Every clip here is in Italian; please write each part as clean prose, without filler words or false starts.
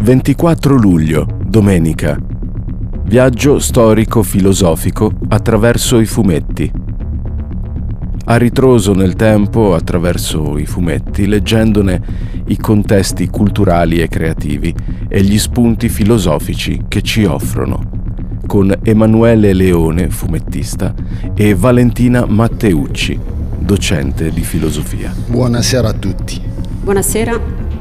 24 luglio, domenica. Viaggio storico-filosofico attraverso i fumetti. A ritroso nel tempo attraverso i fumetti, leggendone i contesti culturali e creativi e gli spunti filosofici che ci offrono, con Emanuele Leone, fumettista, e Valentina Matteucci, docente di filosofia. Buonasera a tutti. Buonasera.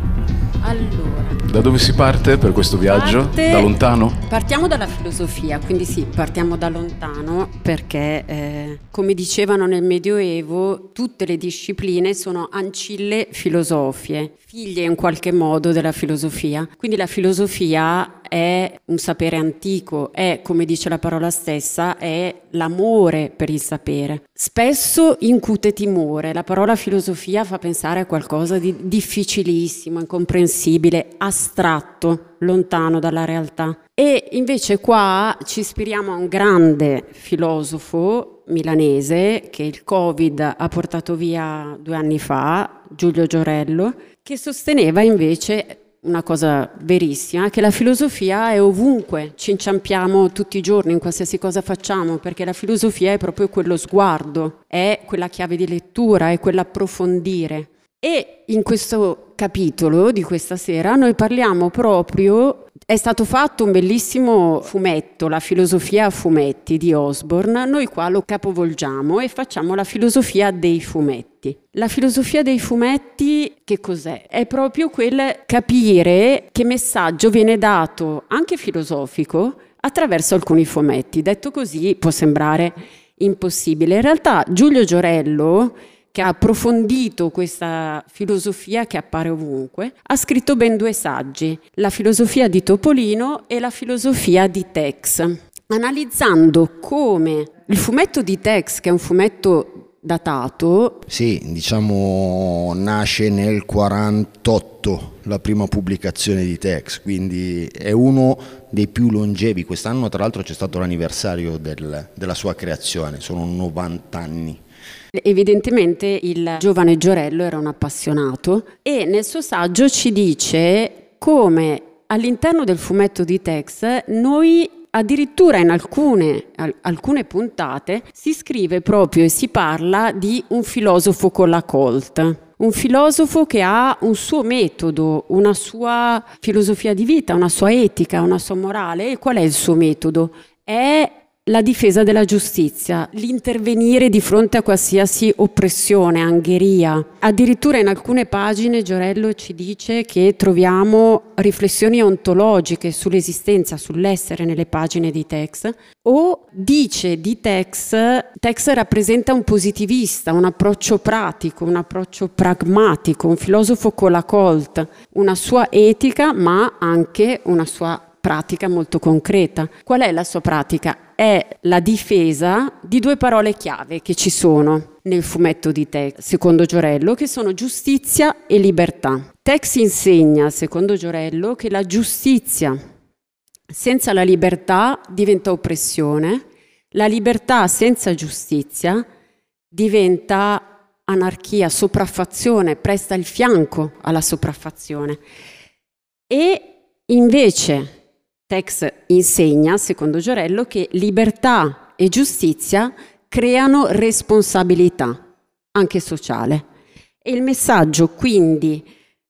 Allora, da dove si parte per questo viaggio? Da lontano? Partiamo dalla filosofia, quindi sì, partiamo da lontano perché, come dicevano nel Medioevo, tutte le discipline sono ancille filosofie, figlie in qualche modo della filosofia. Quindi la filosofia è un sapere antico, è, come dice la parola stessa, è l'amore per il sapere. Spesso incute timore, la parola filosofia fa pensare a qualcosa di difficilissimo, incomprensibile, astratto, lontano dalla realtà. E invece qua ci ispiriamo a un grande filosofo milanese che il Covid ha portato via 2 anni fa, Giulio Giorello, che sosteneva invece una cosa verissima, che la filosofia è ovunque, ci inciampiamo tutti i giorni in qualsiasi cosa facciamo, perché la filosofia è proprio quello sguardo, è quella chiave di lettura, è quell'approfondire. E in questo capitolo di questa sera noi parliamo proprio, è stato fatto un bellissimo fumetto, La filosofia a fumetti di Osborne, noi qua lo capovolgiamo e facciamo la filosofia dei fumetti. La filosofia dei fumetti che cos'è? È proprio quel capire che messaggio viene dato, anche filosofico, attraverso alcuni fumetti. Detto così può sembrare impossibile. In realtà Giulio Giorello, che ha approfondito questa filosofia che appare ovunque, ha scritto ben 2 saggi, La filosofia di Topolino e La filosofia di Tex, analizzando come il fumetto di Tex, che è un fumetto datato. Sì, diciamo nasce nel 48 la prima pubblicazione di Tex, quindi è uno dei più longevi. Quest'anno tra l'altro c'è stato l'anniversario della sua creazione, sono 90 anni. Evidentemente il giovane Giorello era un appassionato e nel suo saggio ci dice come all'interno del fumetto di Tex noi addirittura in alcune puntate si scrive proprio e si parla di un filosofo con la Colt. Un filosofo che ha un suo metodo, una sua filosofia di vita, una sua etica, una sua morale. E qual è il suo metodo? È la difesa della giustizia, l'intervenire di fronte a qualsiasi oppressione, angheria. Addirittura in alcune pagine Giorello ci dice che troviamo riflessioni ontologiche sull'esistenza, sull'essere nelle pagine di Tex, o dice di Tex rappresenta un positivista, un approccio pratico, un approccio pragmatico, un filosofo con la Colt, una sua etica ma anche una sua pratica molto concreta. Qual è la sua pratica? È la difesa di 2 parole chiave che ci sono nel fumetto di Tex, secondo Giorello, che sono giustizia e libertà. Tex insegna, secondo Giorello, che la giustizia senza la libertà diventa oppressione, la libertà senza giustizia diventa anarchia, sopraffazione, presta il fianco alla sopraffazione. E invece Tex insegna, secondo Giorello, che libertà e giustizia creano responsabilità, anche sociale. E il messaggio, quindi,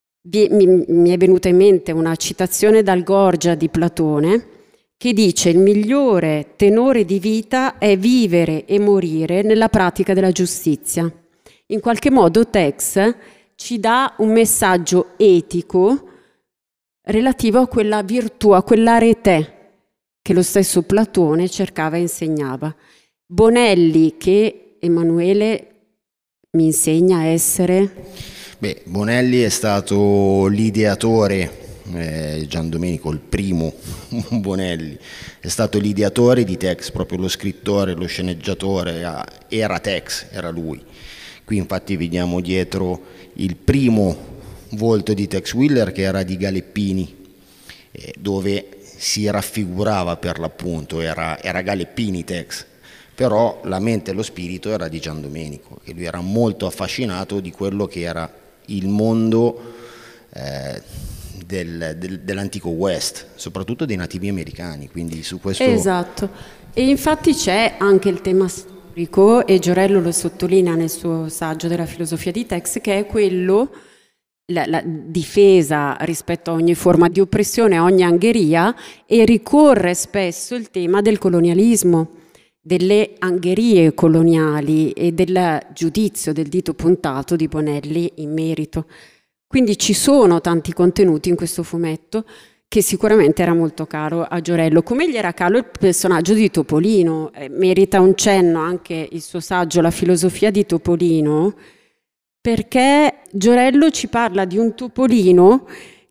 mi è venuta in mente una citazione dal Gorgia di Platone, che dice: il migliore tenore di vita è vivere e morire nella pratica della giustizia. In qualche modo Tex ci dà un messaggio etico relativo a quella virtù, a quell'arete che lo stesso Platone cercava e insegnava. Bonelli, che Emanuele mi insegna a essere? Bonelli è stato l'ideatore, Gian Domenico, il primo Bonelli, è stato l'ideatore di Tex, proprio lo scrittore, lo sceneggiatore, era Tex, era lui. Qui infatti vediamo dietro il primo volto di Tex Willer, che era di Galeppini, dove si raffigurava per l'appunto, era Galeppini Tex, però la mente e lo spirito era di Gian Domenico, che lui era molto affascinato di quello che era il mondo dell'antico West, soprattutto dei nativi americani, quindi su questo... Esatto, e infatti c'è anche il tema storico, e Giorello lo sottolinea nel suo saggio della filosofia di Tex, che è quello, la difesa rispetto a ogni forma di oppressione, a ogni angheria, e ricorre spesso il tema del colonialismo, delle angherie coloniali e del giudizio del dito puntato di Bonelli in merito. Quindi ci sono tanti contenuti in questo fumetto che sicuramente era molto caro a Giorello, come gli era caro il personaggio di Topolino. Merita un cenno anche il suo saggio La filosofia di Topolino, perché Giorello ci parla di un Topolino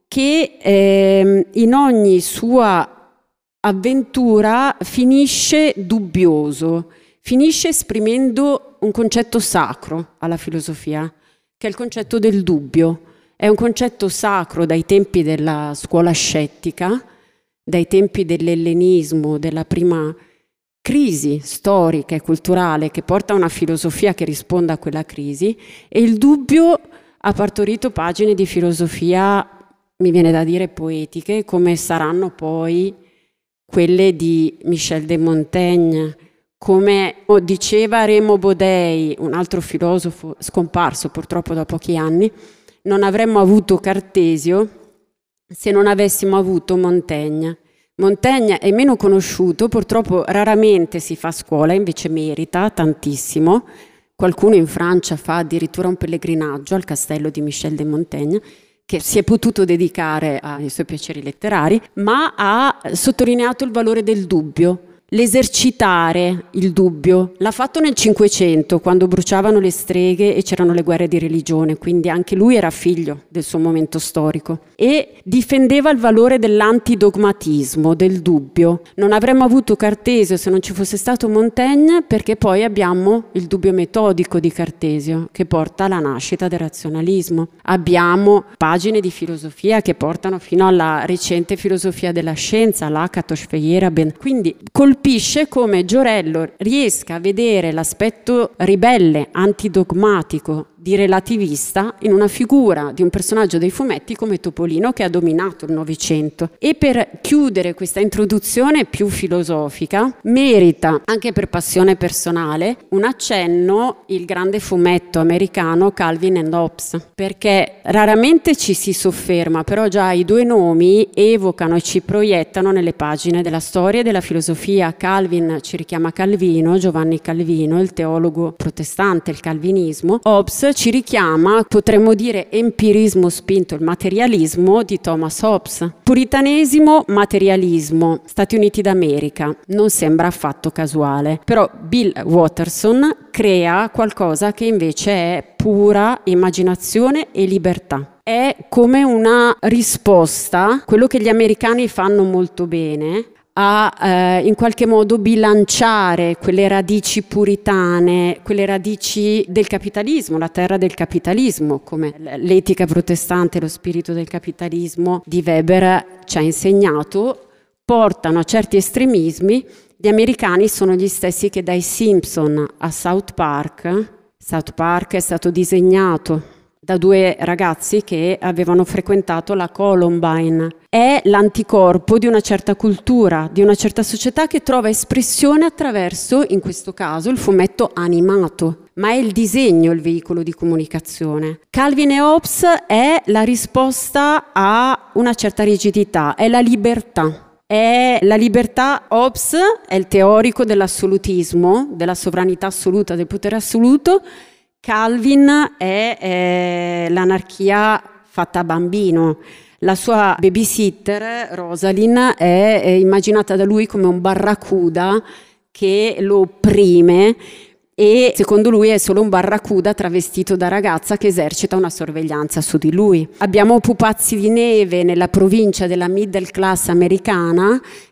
che in ogni sua avventura finisce dubbioso, finisce esprimendo un concetto sacro alla filosofia, che è il concetto del dubbio. È un concetto sacro dai tempi della scuola scettica, dai tempi dell'ellenismo, della prima crisi storica e culturale che porta a una filosofia che risponda a quella crisi, e il dubbio ha partorito pagine di filosofia, mi viene da dire poetiche, come saranno poi quelle di Michel de Montaigne, come diceva Remo Bodei, un altro filosofo scomparso purtroppo da pochi anni: non avremmo avuto Cartesio se non avessimo avuto Montaigne. Montaigne è meno conosciuto, purtroppo raramente si fa a scuola, invece merita tantissimo. Qualcuno in Francia fa addirittura un pellegrinaggio al castello di Michel de Montaigne, che si è potuto dedicare ai suoi piaceri letterari, ma ha sottolineato il valore del dubbio, l'esercitare il dubbio. L'ha fatto nel Cinquecento, quando bruciavano le streghe e c'erano le guerre di religione, quindi anche lui era figlio del suo momento storico, e difendeva il valore dell'antidogmatismo, del dubbio. Non avremmo avuto Cartesio se non ci fosse stato Montaigne, perché poi abbiamo il dubbio metodico di Cartesio, che porta alla nascita del razionalismo. Abbiamo pagine di filosofia che portano fino alla recente filosofia della scienza, l'Akatos Feyerabend. Quindi colpisce come Giorello riesca a vedere l'aspetto ribelle, antidogmatico, di relativista in una figura di un personaggio dei fumetti come Topolino, che ha dominato il Novecento. E per chiudere questa introduzione più filosofica, merita, anche per passione personale, un accenno il grande fumetto americano Calvin and Hobbes, perché raramente ci si sofferma, però già i due nomi evocano e ci proiettano nelle pagine della storia e della filosofia. Calvin ci richiama Calvino, Giovanni Calvino, il teologo protestante, il calvinismo. Hobbes ci richiama, potremmo dire, empirismo spinto, il materialismo di Thomas Hobbes. Puritanesimo, materialismo, Stati Uniti d'America, non sembra affatto casuale, però Bill Watterson crea qualcosa che invece è pura immaginazione e libertà. È come una risposta, quello che gli americani fanno molto bene, a in qualche modo bilanciare quelle radici puritane, quelle radici del capitalismo, la terra del capitalismo, come l'etica protestante, lo spirito del capitalismo di Weber ci ha insegnato, portano a certi estremismi. Gli americani sono gli stessi che dai Simpson a South Park è stato disegnato da due ragazzi che avevano frequentato la Columbine. È l'anticorpo di una certa cultura, di una certa società, che trova espressione attraverso, in questo caso, il fumetto animato, ma è il disegno il veicolo di comunicazione. Calvin e Hobbes è la risposta a una certa rigidità, è la libertà. È la libertà. Hobbes è il teorico dell'assolutismo, della sovranità assoluta, del potere assoluto. Calvin è l'anarchia fatta a bambino. La sua babysitter, Rosalind, è immaginata da lui come un barracuda che lo opprime, e secondo lui è solo un barracuda travestito da ragazza che esercita una sorveglianza su di lui. Abbiamo pupazzi di neve nella provincia della middle class americana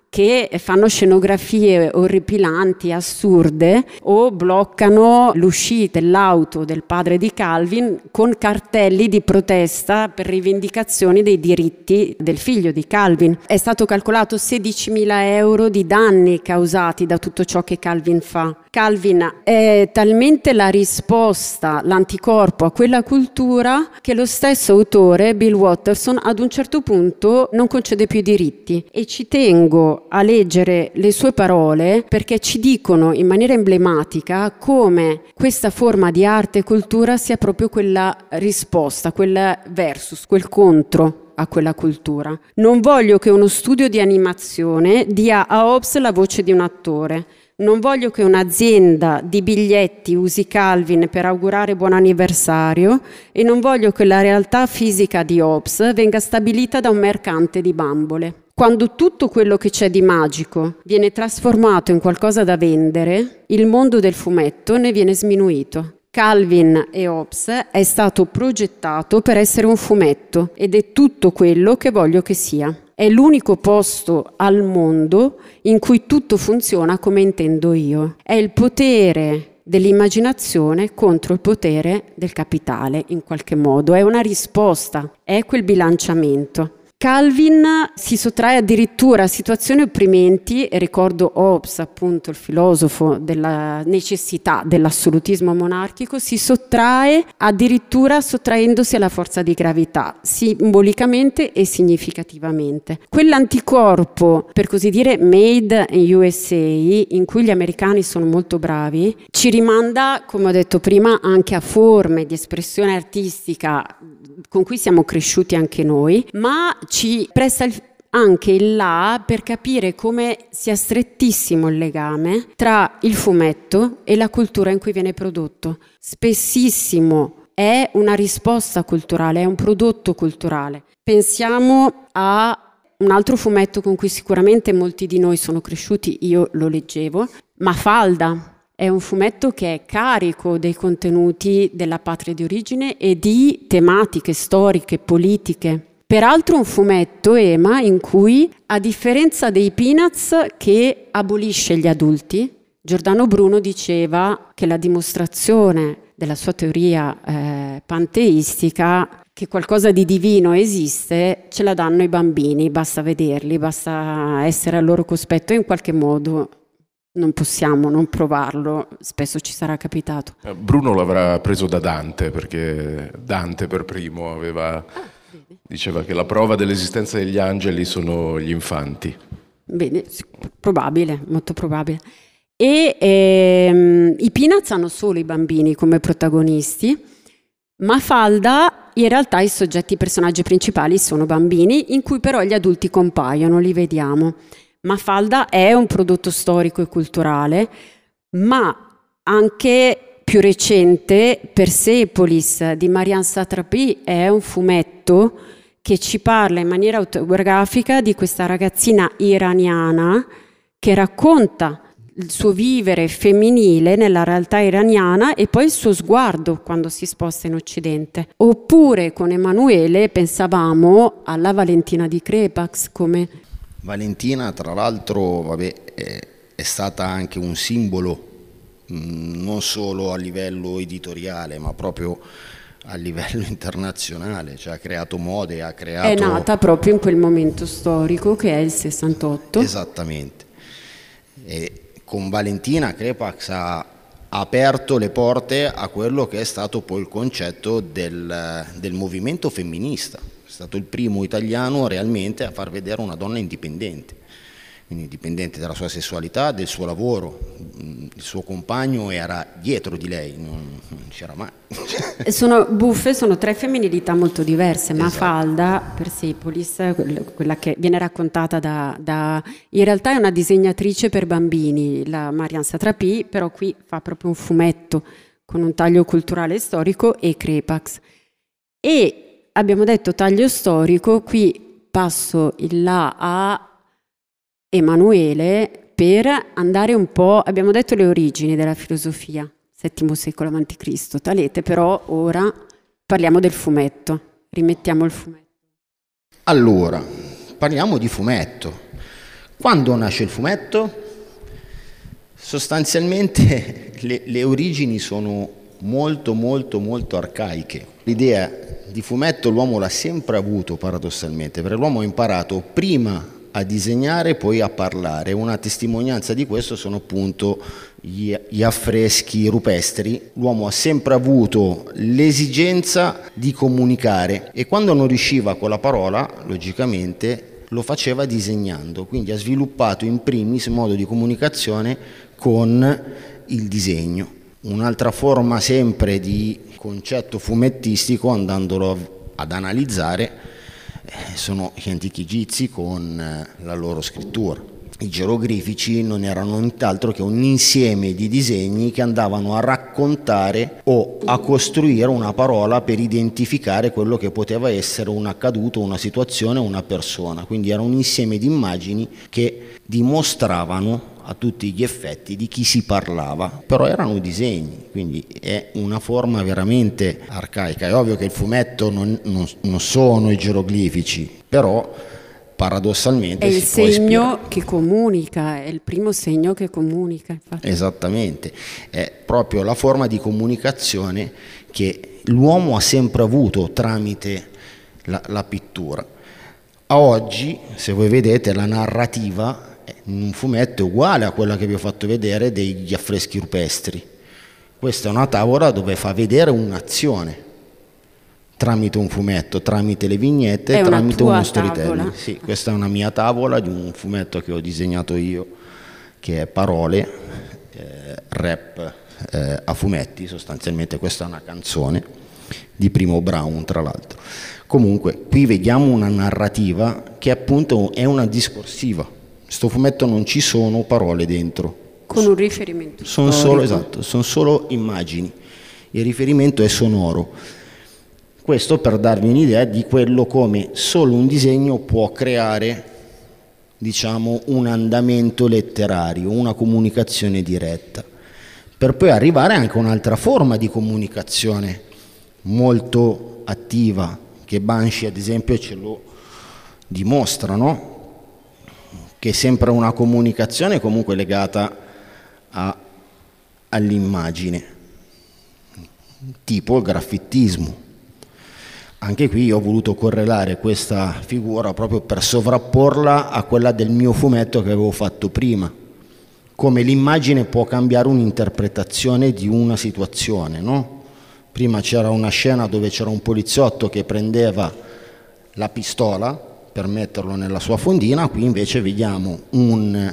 che fanno scenografie orripilanti, assurde, o bloccano l'uscita dell'auto del padre di Calvin con cartelli di protesta per rivendicazioni dei diritti del figlio di Calvin. È stato calcolato 16.000 euro di danni causati da tutto ciò che Calvin fa. Calvin è talmente la risposta, l'anticorpo a quella cultura, che lo stesso autore, Bill Watterson, ad un certo punto non concede più i diritti. E ci tengo a leggere le sue parole, perché ci dicono in maniera emblematica come questa forma di arte e cultura sia proprio quella risposta, quel versus, quel contro a quella cultura. Non voglio che uno studio di animazione dia a Hobbes la voce di un attore. Non voglio che un'azienda di biglietti usi Calvin per augurare buon anniversario, e non voglio che la realtà fisica di Hobbes venga stabilita da un mercante di bambole. Quando tutto quello che c'è di magico viene trasformato in qualcosa da vendere, il mondo del fumetto ne viene sminuito. Calvin e Hobbes è stato progettato per essere un fumetto, ed è tutto quello che voglio che sia. È l'unico posto al mondo in cui tutto funziona come intendo io. È il potere dell'immaginazione contro il potere del capitale, in qualche modo. È una risposta, è quel bilanciamento. Calvin si sottrae addirittura a situazioni opprimenti, e ricordo Hobbes, appunto il filosofo della necessità dell'assolutismo monarchico, si sottrae addirittura sottraendosi alla forza di gravità, simbolicamente e significativamente. Quell'anticorpo, per così dire, made in USA, in cui gli americani sono molto bravi, ci rimanda, come ho detto prima, anche a forme di espressione artistica con cui siamo cresciuti anche noi, ma ci presta anche il là per capire come sia strettissimo il legame tra il fumetto e la cultura in cui viene prodotto. Spessissimo è una risposta culturale, è un prodotto culturale. Pensiamo a un altro fumetto con cui sicuramente molti di noi sono cresciuti, io lo leggevo, Mafalda. È un fumetto che è carico dei contenuti della patria di origine e di tematiche storiche, politiche. Peraltro un fumetto, Ema, in cui, a differenza dei Peanuts che abolisce gli adulti, Giordano Bruno diceva che la dimostrazione della sua teoria panteistica, che qualcosa di divino esiste, ce la danno i bambini, basta vederli, basta essere al loro cospetto, e in qualche modo non possiamo non provarlo, spesso ci sarà capitato. Bruno l'avrà preso da Dante, perché Dante per primo diceva che la prova dell'esistenza degli angeli sono gli infanti. Bene, probabile, molto probabile. E i Peanuts hanno solo i bambini come protagonisti. Mafalda, in realtà i soggetti, i personaggi principali sono bambini, in cui però gli adulti compaiono, li vediamo. Mafalda è un prodotto storico e culturale, ma anche più recente, Persepolis di Marianne Satrapi è un fumetto che ci parla in maniera autobiografica di questa ragazzina iraniana che racconta il suo vivere femminile nella realtà iraniana e poi il suo sguardo quando si sposta in Occidente. Oppure con Emanuele pensavamo alla Valentina di Crepax come... Valentina, tra l'altro, è stata anche un simbolo non solo a livello editoriale, ma proprio a livello internazionale, cioè ha creato mode, ha creato... È nata proprio in quel momento storico che è il 68. Esattamente. E con Valentina Crepax ha aperto le porte a quello che è stato poi il concetto del movimento femminista. È stato il primo italiano realmente a far vedere una donna indipendente, quindi indipendente dalla sua sessualità, del suo lavoro. Il suo compagno era dietro di lei, non c'era mai. Sono buffe, sono tre femminilità molto diverse. Esatto. Mafalda, Persepolis, quella che viene raccontata in realtà è una disegnatrice per bambini, la Marianne Satrapi, però qui fa proprio un fumetto con un taglio culturale e storico, e Crepax. E abbiamo detto taglio storico, qui passo il là a Emanuele per andare un po', abbiamo detto le origini della filosofia, VII secolo a.C., Talete, però ora parliamo del fumetto, rimettiamo il fumetto. Allora, parliamo di fumetto. Quando nasce il fumetto? Sostanzialmente le origini sono molto arcaiche. L'idea di fumetto l'uomo l'ha sempre avuto, paradossalmente, perché l'uomo ha imparato prima a disegnare, poi a parlare. Una testimonianza di questo sono appunto gli affreschi rupestri. L'uomo ha sempre avuto l'esigenza di comunicare e quando non riusciva con la parola, logicamente, lo faceva disegnando, quindi ha sviluppato in primis un modo di comunicazione con il disegno. Un'altra forma sempre di concetto fumettistico, andandolo ad analizzare, sono gli antichi egizi con la loro scrittura. I geroglifici non erano nient'altro che un insieme di disegni che andavano a raccontare o a costruire una parola per identificare quello che poteva essere un accaduto, una situazione, una persona. Quindi era un insieme di immagini che dimostravano a tutti gli effetti di chi si parlava, però erano disegni, quindi è una forma veramente arcaica. È ovvio che il fumetto non sono i geroglifici, però paradossalmente è il segno che comunica, è il primo segno che comunica, infatti. Esattamente, è proprio la forma di comunicazione che l'uomo ha sempre avuto tramite la pittura. A oggi, se voi vedete, la narrativa in un fumetto è uguale a quella che vi ho fatto vedere degli affreschi rupestri. Questa è una tavola dove fa vedere un'azione tramite un fumetto, tramite le vignette, tramite uno storytelling. Sì, questa è una mia tavola di un fumetto che ho disegnato io, che è Parole, rap a fumetti. Sostanzialmente questa è una canzone di Primo Brown, tra l'altro. Comunque qui vediamo una narrativa che appunto è una discorsiva. In questo fumetto non ci sono parole dentro, con un riferimento sono solo, esatto, sono solo immagini, il riferimento è sonoro. Questo per darvi un'idea di quello come solo un disegno può creare, diciamo, un andamento letterario, una comunicazione diretta, per poi arrivare anche a un'altra forma di comunicazione molto attiva, che Banshee ad esempio ce lo dimostra, no? Che è sempre una comunicazione comunque legata all'immagine, tipo il graffittismo. Anche qui io ho voluto correlare questa figura proprio per sovrapporla a quella del mio fumetto che avevo fatto prima, come l'immagine può cambiare un'interpretazione di una situazione, no? Prima c'era una scena dove c'era un poliziotto che prendeva la pistola per metterlo nella sua fondina, qui invece vediamo uno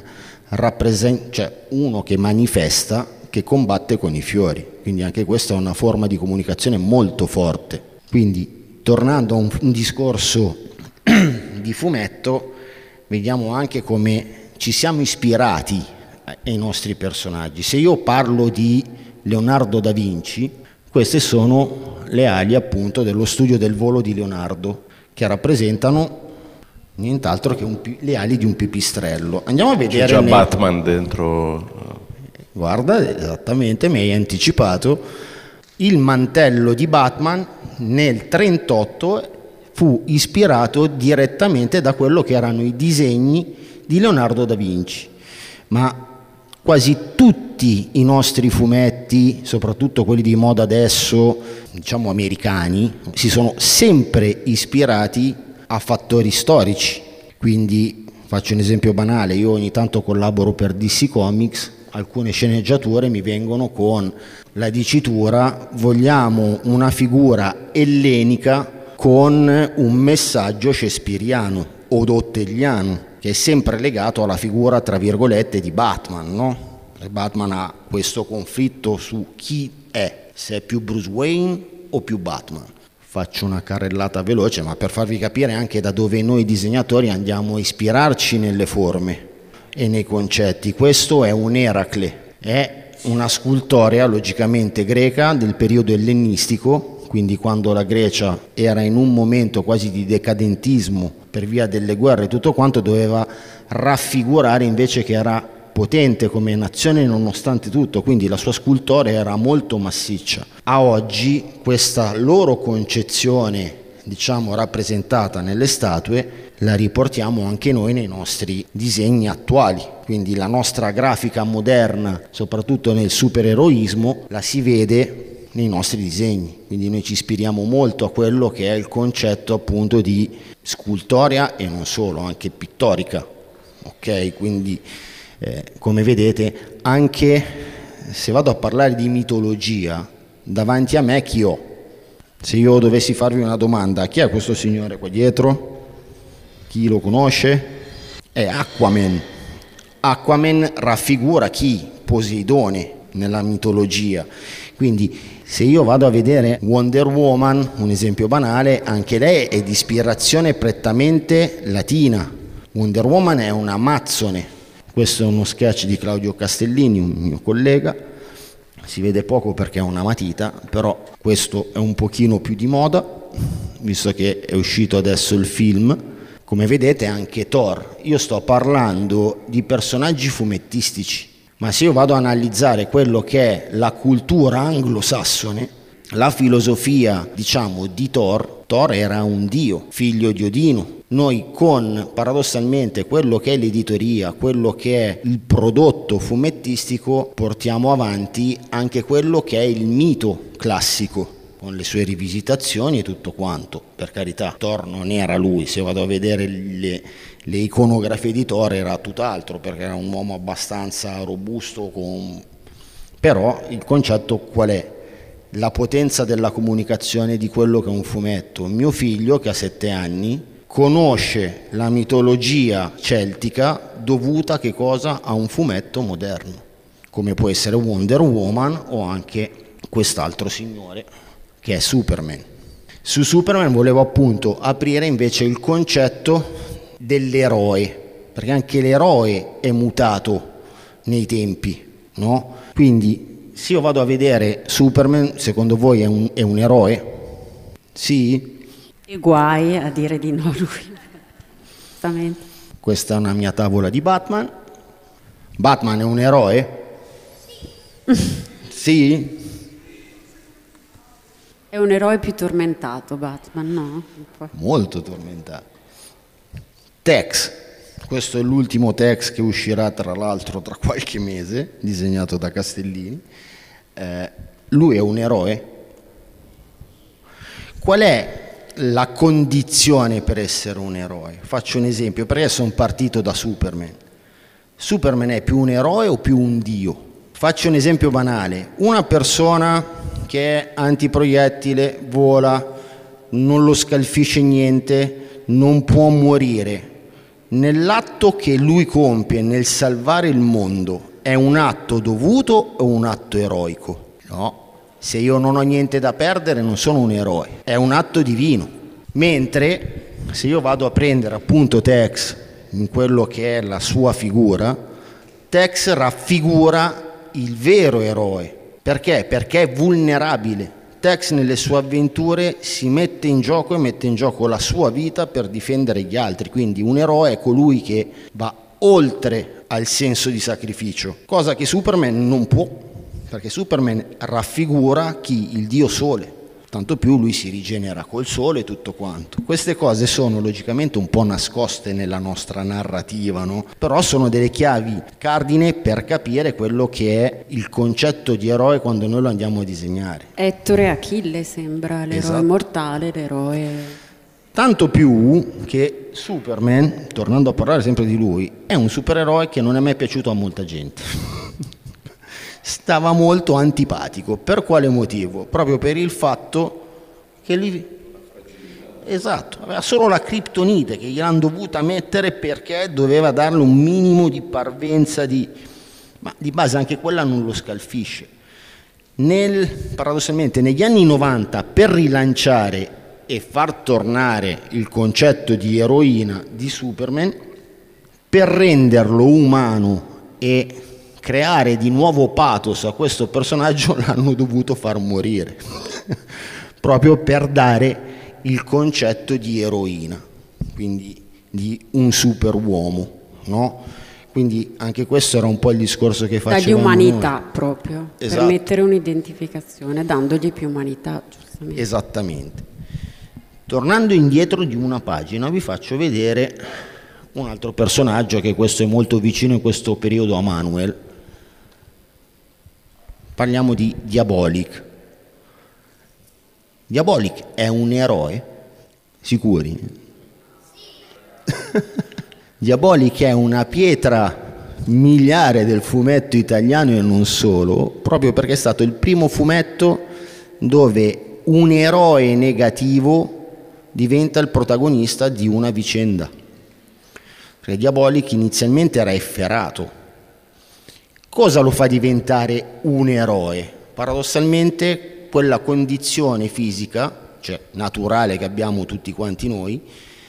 che manifesta, che combatte con i fiori, quindi anche questa è una forma di comunicazione molto forte. Quindi tornando a un discorso di fumetto, vediamo anche come ci siamo ispirati ai nostri personaggi. Se io parlo di Leonardo da Vinci, queste sono le ali appunto dello studio del volo di Leonardo, che rappresentano nient'altro che le ali di un pipistrello. Andiamo a vedere. C'è già Batman dentro. Guarda, esattamente, mi hai anticipato. Il mantello di Batman nel 1938 fu ispirato direttamente da quello che erano i disegni di Leonardo da Vinci, ma quasi tutti i nostri fumetti, soprattutto quelli di moda adesso, diciamo americani, si sono sempre ispirati a fattori storici. Quindi faccio un esempio banale, io ogni tanto collaboro per DC Comics, alcune sceneggiature mi vengono con la dicitura: vogliamo una figura ellenica con un messaggio shakespeariano o dottegliano, che è sempre legato alla figura tra virgolette di Batman, no? E Batman ha questo conflitto su chi è, se è più Bruce Wayne o più Batman. Faccio una carrellata veloce, ma per farvi capire anche da dove noi disegnatori andiamo a ispirarci nelle forme e nei concetti. Questo è un Eracle, è una scultorea logicamente greca del periodo ellenistico, quindi quando la Grecia era in un momento quasi di decadentismo per via delle guerre e tutto quanto, doveva raffigurare invece che era potente come nazione nonostante tutto, quindi la sua scultorea era molto massiccia. A oggi questa loro concezione diciamo rappresentata nelle statue, la riportiamo anche noi nei nostri disegni attuali. Quindi la nostra grafica moderna, soprattutto nel supereroismo, la si vede nei nostri disegni. Quindi noi ci ispiriamo molto a quello che è il concetto appunto di scultoria e non solo, anche pittorica. Ok, quindi come vedete, anche se vado a parlare di mitologia, davanti a me chi ho? Se io dovessi farvi una domanda, chi è questo signore qua dietro? Chi lo conosce? È Aquaman. Aquaman raffigura chi? Poseidone nella mitologia. Quindi se io vado a vedere Wonder Woman, un esempio banale, anche lei è di ispirazione prettamente latina. Wonder Woman è un'amazzone. Questo è uno sketch di Claudio Castellini, un mio collega. Si vede poco perché è una matita, però questo è un pochino più di moda, visto che è uscito adesso il film. Come vedete anche Thor. Io sto parlando di personaggi fumettistici, ma se io vado a analizzare quello che è la cultura anglosassone, la filosofia, diciamo, di Thor era un dio, figlio di Odino. Noi con, paradossalmente, quello che è l'editoria, quello che è il prodotto fumettistico, portiamo avanti anche quello che è il mito classico, con le sue rivisitazioni e tutto quanto. Per carità, Thor non era lui, se vado a vedere le iconografie di Thor era tutt'altro, perché era un uomo abbastanza robusto, però il concetto qual è? La potenza della comunicazione di quello che è un fumetto. Mio figlio, che ha 7 anni, conosce la mitologia celtica dovuta a che cosa? A un fumetto moderno, come può essere Wonder Woman o anche quest'altro signore che è Superman. Su Superman volevo appunto aprire invece il concetto dell'eroe, perché anche l'eroe è mutato nei tempi, no? Quindi se io vado a vedere Superman, secondo voi è un eroe? Sì? E guai a dire di no lui. Giustamente. Questa è una mia tavola di Batman. Batman è un eroe? Sì? È un eroe più tormentato Batman, no? Molto tormentato. Tex, questo è l'ultimo Tex che uscirà tra l'altro tra qualche mese, disegnato da Castellini. Lui è un eroe? Qual è la condizione per essere un eroe? Faccio un esempio, perché sono partito da Superman. Superman è più un eroe o più un dio? Faccio un esempio banale, una persona che è antiproiettile, vola, non lo scalfisce niente, non può morire. Nell'atto che lui compie nel salvare il mondo, è un atto dovuto o un atto eroico? No. Se io non ho niente da perdere non sono un eroe, è un atto divino. Mentre se io vado a prendere appunto Tex in quello che è la sua figura, Tex raffigura il vero eroe. Perché? Perché è vulnerabile. Tex nelle sue avventure si mette in gioco e mette in gioco la sua vita per difendere gli altri. Quindi un eroe è colui che va oltre al senso di sacrificio, cosa che Superman non può, perché Superman raffigura chi? Il dio sole. Tanto più lui si rigenera col sole e tutto quanto. Queste cose sono logicamente un po' nascoste nella nostra narrativa, no? Però sono delle chiavi cardine per capire quello che è il concetto di eroe quando noi lo andiamo a disegnare. Ettore Achille sembra l'eroe mortale, l'eroe... Tanto più che Superman, tornando a parlare sempre di lui, è un supereroe che non è mai piaciuto a molta gente. Stava molto antipatico. Per quale motivo? Proprio per il fatto che lui, esatto, aveva solo la criptonite che gliel'hanno dovuta mettere perché doveva darle un minimo di parvenza ma di base anche quella non lo scalfisce. Paradossalmente negli anni 90, per rilanciare e far tornare il concetto di eroina di Superman, per renderlo umano e creare di nuovo pathos a questo personaggio, l'hanno dovuto far morire proprio per dare il concetto di eroina, quindi di un superuomo, no? Quindi anche questo era un po' il discorso che facevamo. Dagli umanità noi. Proprio, esatto. Per mettere un'identificazione, dandogli più umanità, giustamente. Esattamente. Tornando indietro di una pagina vi faccio vedere un altro personaggio, che questo è molto vicino in questo periodo a Manuel. Parliamo di Diabolik. Diabolik è un eroe? Sicuri? Sì. Diabolik è una pietra miliare del fumetto italiano e non solo, proprio perché è stato il primo fumetto dove un eroe negativo diventa il protagonista di una vicenda. Perché Diabolik inizialmente era efferato. Cosa lo fa diventare un eroe? Paradossalmente quella condizione fisica, cioè naturale, che abbiamo tutti quanti noi,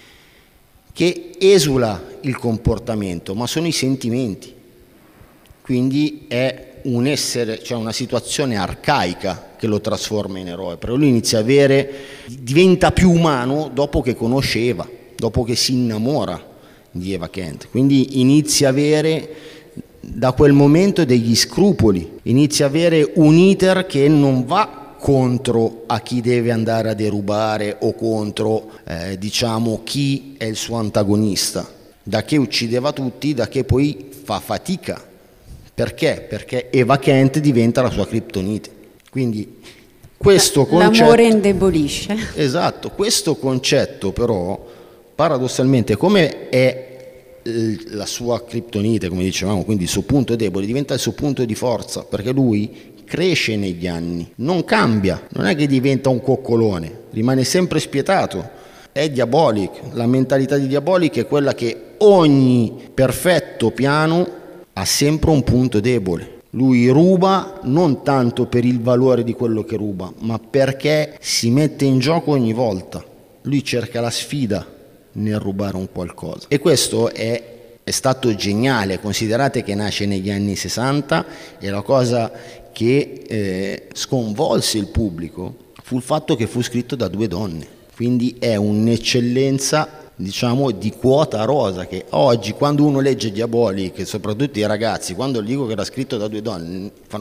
che esula il comportamento, ma sono i sentimenti. Quindi è un essere, cioè una situazione arcaica che lo trasforma in eroe, però lui inizia a diventa più umano dopo che conosce Eva, dopo che si innamora di Eva Kent, quindi inizia a avere da quel momento degli scrupoli, inizia a avere un iter che non va contro a chi deve andare a derubare o contro diciamo chi è il suo antagonista, da che uccideva tutti, da che poi fa fatica. Perché? Perché Eva Kent diventa la sua criptonite. Quindi questo concetto... L'amore indebolisce. Esatto, questo concetto però, paradossalmente, come è la sua criptonite, come dicevamo, quindi il suo punto debole, diventa il suo punto di forza, perché lui cresce negli anni, non cambia, non è che diventa un coccolone, rimane sempre spietato. È Diabolik, la mentalità di Diabolik è quella che ogni perfetto piano ha sempre un punto debole. Lui ruba non tanto per il valore di quello che ruba, ma perché si mette in gioco ogni volta. Lui cerca la sfida nel rubare un qualcosa. E questo è stato geniale. Considerate che nasce negli anni 60 e la cosa che sconvolse il pubblico fu il fatto che fu scritto da 2 donne. Quindi è un'eccellenza, diciamo, di quota rosa, che oggi quando uno legge Diabolik, soprattutto i ragazzi, quando dico che era scritto da 2 donne fanno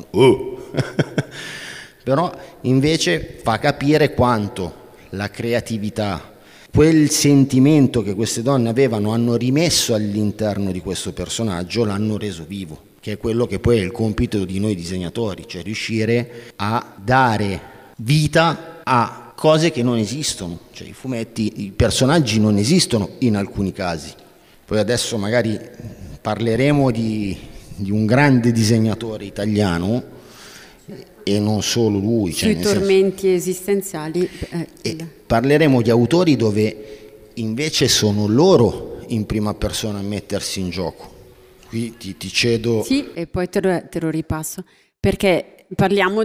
però invece fa capire quanto la creatività, quel sentimento che queste donne avevano, hanno rimesso all'interno di questo personaggio, l'hanno reso vivo, che è quello che poi è il compito di noi disegnatori, cioè riuscire a dare vita a cose che non esistono, cioè i fumetti, i personaggi non esistono in alcuni casi. Poi adesso magari parleremo di un grande disegnatore italiano e non solo lui. Sui tormenti esistenziali. Parleremo di autori dove invece sono loro in prima persona a mettersi in gioco. Qui ti cedo... Sì, e poi te lo ripasso, perché parliamo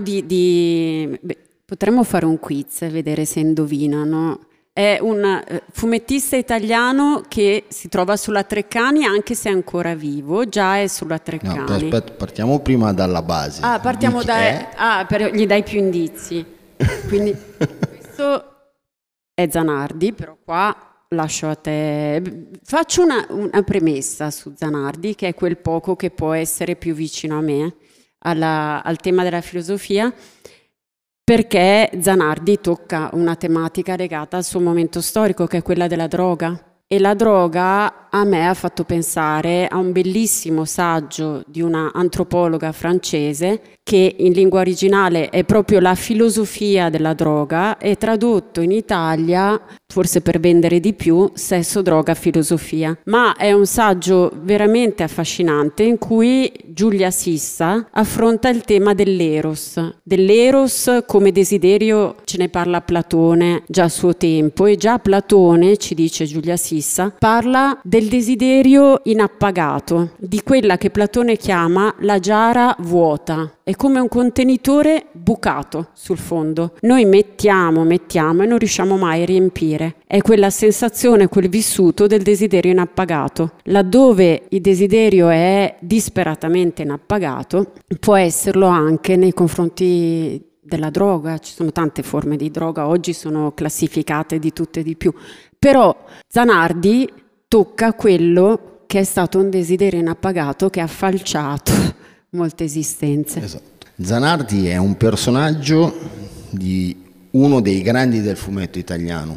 potremmo fare un quiz e vedere se indovinano. È un fumettista italiano che si trova sulla Treccani, anche se è ancora vivo, già è sulla Treccani. No, aspetta, partiamo prima dalla base. Partiamo gli dai più indizi. Quindi questo è Zanardi, però qua lascio a te. Faccio una premessa su Zanardi, che è quel poco che può essere più vicino a me, al tema della filosofia, perché Zanardi tocca una tematica legata al suo momento storico, che è quella della droga. E la droga a me ha fatto pensare a un bellissimo saggio di una antropologa francese che in lingua originale è proprio La filosofia della droga, e tradotto in Italia, forse per vendere di più, Sesso, droga, filosofia. Ma è un saggio veramente affascinante in cui Giulia Sissa affronta il tema dell'eros come desiderio. Ce ne parla Platone già a suo tempo, e già Platone, ci dice Giulia Sissa, parla del desiderio inappagato, di quella che Platone chiama la giara vuota. È come un contenitore bucato sul fondo. Noi mettiamo e non riusciamo mai a riempire. È quella sensazione, quel vissuto del desiderio inappagato. Laddove il desiderio è disperatamente inappagato, può esserlo anche nei confronti della droga. Ci sono tante forme di droga, oggi sono classificate di tutte e di più. Però Zanardi tocca quello che è stato un desiderio inappagato che ha falciato molte esistenze. Esatto. Zanardi è un personaggio di uno dei grandi del fumetto italiano,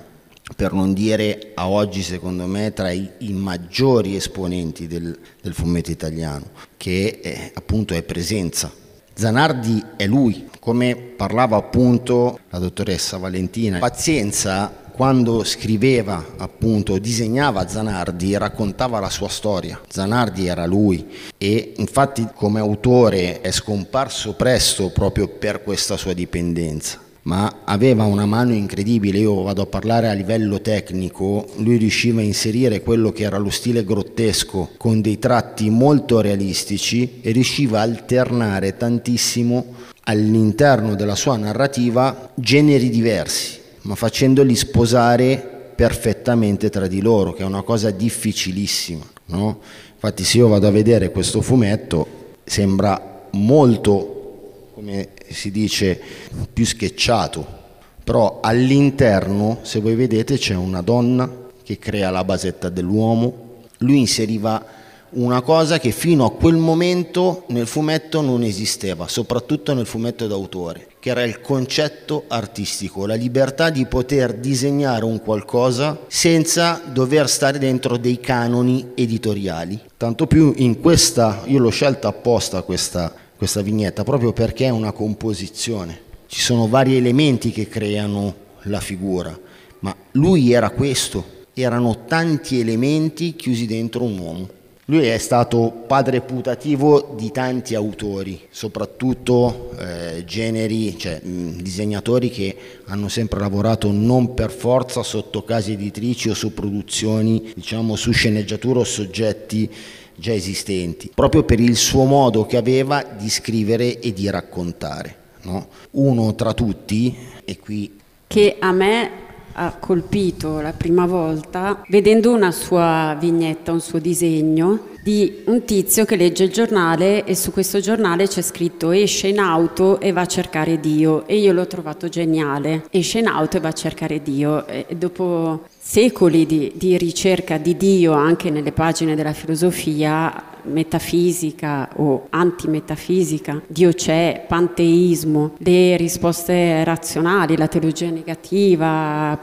per non dire a oggi secondo me tra i maggiori esponenti del fumetto italiano, che appunto è presenza. Zanardi è lui, come parlava appunto la dottoressa Valentina. Pazienza, quando scriveva, appunto, disegnava Zanardi, raccontava la sua storia. Zanardi era lui e infatti come autore è scomparso presto proprio per questa sua dipendenza. Ma aveva una mano incredibile. Io vado a parlare a livello tecnico, lui riusciva a inserire quello che era lo stile grottesco con dei tratti molto realistici e riusciva a alternare tantissimo all'interno della sua narrativa generi diversi, ma facendoli sposare perfettamente tra di loro, che è una cosa difficilissima, no? Infatti se io vado a vedere questo fumetto sembra molto, come si dice, più sketchato, però all'interno, se voi vedete, c'è una donna che crea la basetta dell'uomo. Lui inseriva una cosa che fino a quel momento nel fumetto non esisteva, soprattutto nel fumetto d'autore, che era il concetto artistico, la libertà di poter disegnare un qualcosa senza dover stare dentro dei canoni editoriali. Tanto più in questa, io l'ho scelta apposta questa vignetta proprio perché è una composizione, ci sono vari elementi che creano la figura, ma lui era questo, erano tanti elementi chiusi dentro un uomo. Lui è stato padre putativo di tanti autori, soprattutto generi, cioè disegnatori che hanno sempre lavorato non per forza sotto case editrici o su produzioni, diciamo su sceneggiature o soggetti già esistenti, proprio per il suo modo che aveva di scrivere e di raccontare, no? Uno tra tutti, e qui che a me ha colpito la prima volta vedendo una sua vignetta, un suo disegno di un tizio che legge il giornale e su questo giornale c'è scritto esce in auto e va a cercare Dio, e io l'ho trovato geniale. Esce in auto e va a cercare Dio, e dopo secoli di ricerca di Dio anche nelle pagine della filosofia metafisica o antimetafisica, Dio c'è, panteismo, le risposte razionali, la teologia negativa,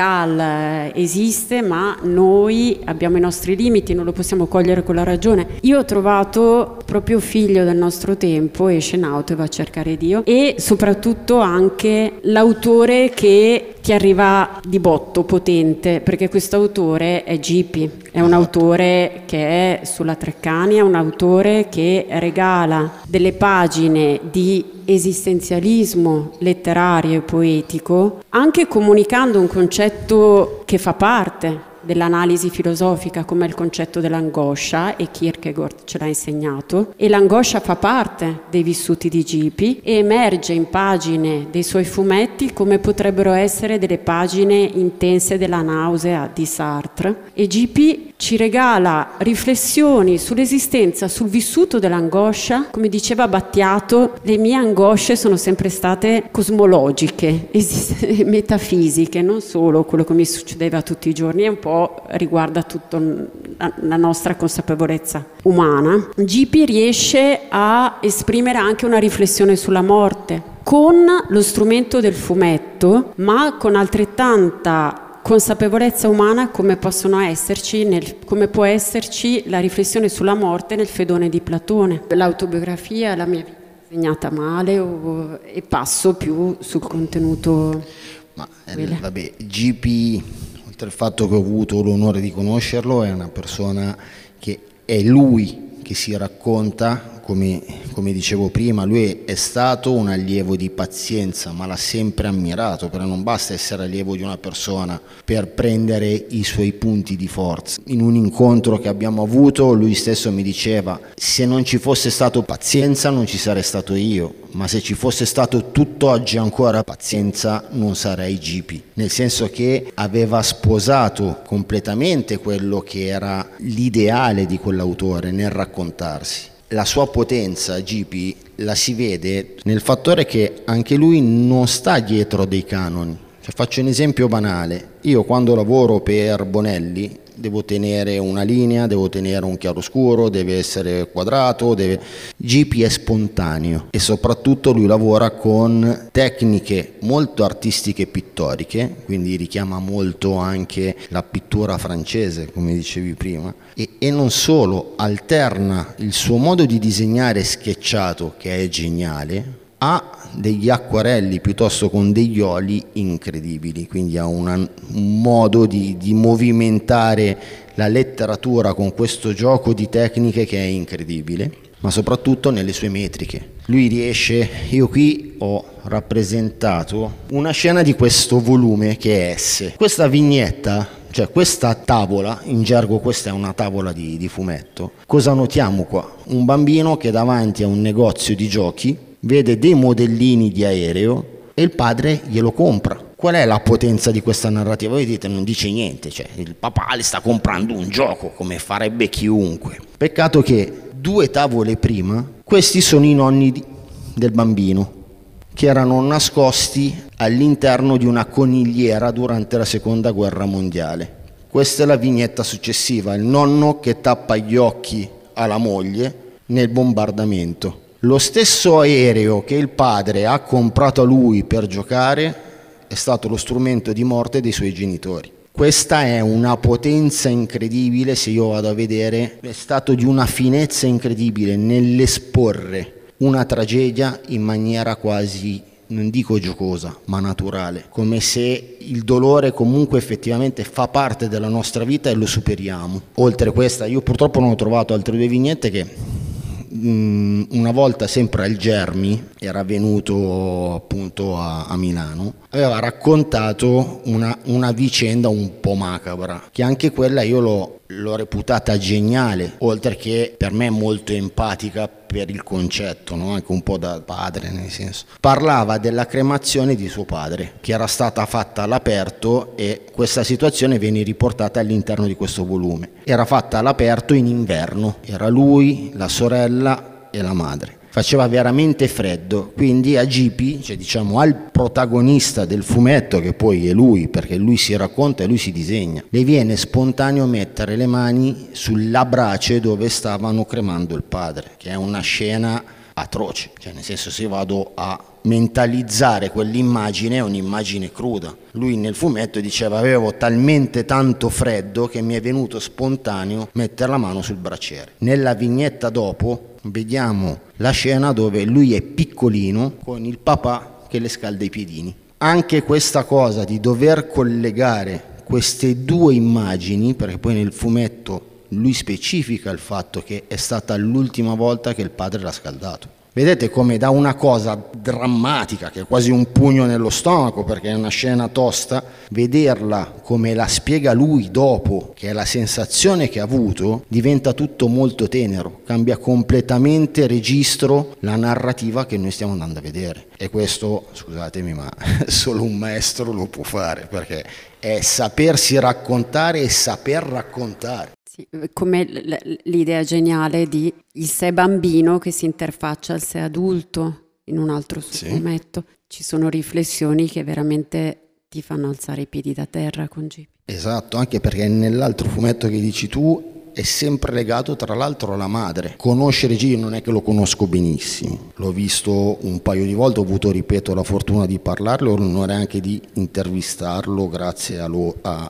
Pascal esiste, ma noi abbiamo i nostri limiti, non lo possiamo cogliere con la ragione. Io ho trovato proprio figlio del nostro tempo, esce in auto e va a cercare Dio, e soprattutto anche l'autore che ti arriva di botto, potente, perché questo autore è Gipi, è un autore che è sulla Treccani, è un autore che regala delle pagine di esistenzialismo letterario e poetico, anche comunicando un concetto che fa parte dell'analisi filosofica come il concetto dell'angoscia, e Kierkegaard ce l'ha insegnato, e l'angoscia fa parte dei vissuti di Gipi e emerge in pagine dei suoi fumetti come potrebbero essere delle pagine intense della nausea di Sartre, e Gipi ci regala riflessioni sull'esistenza, sul vissuto dell'angoscia. Come diceva Battiato, le mie angosce sono sempre state cosmologiche, metafisiche, non solo quello che mi succedeva tutti i giorni, è un po' riguarda tutta la nostra consapevolezza umana. Gipi riesce a esprimere anche una riflessione sulla morte con lo strumento del fumetto, ma con altrettanta consapevolezza umana come possono esserci come può esserci la riflessione sulla morte nel Fedone di Platone. L'autobiografia, la mia vita disegnata male, e passo più sul contenuto. Ma vabbè, Gipi, oltre al fatto che ho avuto l'onore di conoscerlo, è una persona che è lui che si racconta, come dicevo prima, lui è stato un allievo di Pazienza, ma l'ha sempre ammirato, perché non basta essere allievo di una persona per prendere i suoi punti di forza. In un incontro che abbiamo avuto, lui stesso mi diceva: se non ci fosse stato Pazienza non ci sarei stato io, ma se ci fosse stato tutt'oggi ancora Pazienza non sarei Gipi, nel senso che aveva sposato completamente quello che era l'ideale di quell'autore nel raccontarsi. La sua potenza, Gipi, la si vede nel fattore che anche lui non sta dietro dei canoni. Faccio un esempio banale: io quando lavoro per Bonelli devo tenere una linea, devo tenere un chiaroscuro, deve essere quadrato, Gipi è spontaneo e soprattutto lui lavora con tecniche molto artistiche e pittoriche, quindi richiama molto anche la pittura francese, come dicevi prima, e non solo, alterna il suo modo di disegnare sketchato, che è geniale, ha degli acquarelli piuttosto con degli oli incredibili, quindi ha un modo di movimentare la letteratura con questo gioco di tecniche che è incredibile, ma soprattutto nelle sue metriche. Lui riesce, io qui ho rappresentato una scena di questo volume che è S. Questa vignetta, cioè questa tavola, in gergo questa è una tavola di fumetto, cosa notiamo qua? Un bambino che davanti a un negozio di giochi vede dei modellini di aereo e il padre glielo compra. Qual è la potenza di questa narrativa? Voi dite, non dice niente, cioè il papà le sta comprando un gioco come farebbe chiunque. Peccato che 2 tavole prima questi sono i nonni del bambino che erano nascosti all'interno di una conigliera durante la seconda guerra mondiale. Questa è la vignetta successiva, il nonno che tappa gli occhi alla moglie nel bombardamento. Lo stesso aereo che il padre ha comprato a lui per giocare è stato lo strumento di morte dei suoi genitori. Questa è una potenza incredibile, se io vado a vedere, è stato di una finezza incredibile nell'esporre una tragedia in maniera quasi, non dico giocosa, ma naturale, come se il dolore comunque effettivamente fa parte della nostra vita e lo superiamo. Oltre a questa, io purtroppo non ho trovato altre 2 vignette che una volta sempre al Germi, era venuto appunto a Milano, aveva raccontato una vicenda un po' macabra, che anche quella io l'ho reputata geniale, oltre che per me molto empatica per il concetto, no? Anche un po' da padre, nel senso. Parlava della cremazione di suo padre, che era stata fatta all'aperto, e questa situazione viene riportata all'interno di questo volume. Era fatta all'aperto in inverno, era lui, la sorella e la madre. Faceva veramente freddo, quindi a Gipi, cioè diciamo al protagonista del fumetto, che poi è lui, perché lui si racconta e lui si disegna, le viene spontaneo mettere le mani sulla brace dove stavano cremando il padre, che è una scena atroce, cioè nel senso, se vado a mentalizzare quell'immagine, è un'immagine cruda. Lui nel fumetto diceva: avevo talmente tanto freddo che mi è venuto spontaneo mettere la mano sul braciere. Nella vignetta dopo vediamo la scena dove lui è piccolino con il papà che le scalda i piedini. Anche questa cosa di dover collegare queste 2 immagini, perché poi nel fumetto lui specifica il fatto che è stata l'ultima volta che il padre l'ha scaldato. Vedete come da una cosa drammatica, che è quasi un pugno nello stomaco perché è una scena tosta, vederla come la spiega lui dopo, che è la sensazione che ha avuto, diventa tutto molto tenero, cambia completamente registro la narrativa che noi stiamo andando a vedere. E questo, scusatemi, ma solo un maestro lo può fare, perché è sapersi raccontare e saper raccontare. Sì, come l'idea geniale di il sé bambino che si interfaccia al sé adulto in un altro suo fumetto. Ci sono riflessioni che veramente ti fanno alzare i piedi da terra con Gipi. Esatto, anche perché nell'altro fumetto che dici tu è sempre legato tra l'altro alla madre. Conoscere Gipi non è che lo conosco benissimo, l'ho visto un paio di volte, ho avuto, ripeto, la fortuna di parlarlo, ho l'onore anche di intervistarlo grazie a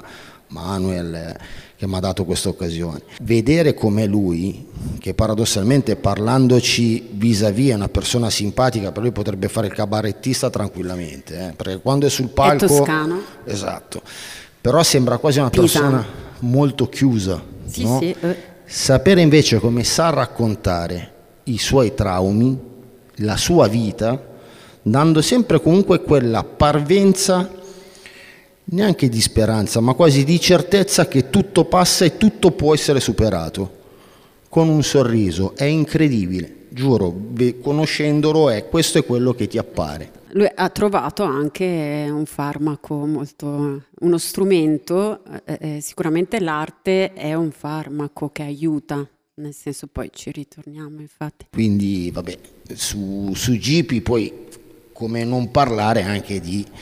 Manuel, che mi ha dato questa occasione. Vedere com'è lui, che paradossalmente parlandoci vis-à-vis è una persona simpatica, per lui potrebbe fare il cabarettista tranquillamente, perché quando è sul palco... È toscano. Esatto, però sembra quasi una persona molto chiusa. Sì, no? sì. Sapere invece come sa raccontare i suoi traumi, la sua vita, dando sempre comunque quella parvenza, neanche di speranza, ma quasi di certezza che tutto passa e tutto può essere superato, con un sorriso. È incredibile, giuro, conoscendolo questo è quello che ti appare. Lui ha trovato anche un farmaco molto, uno strumento, sicuramente l'arte è un farmaco che aiuta, nel senso, poi ci ritorniamo infatti. Quindi vabbè, su Gipi poi come non parlare anche di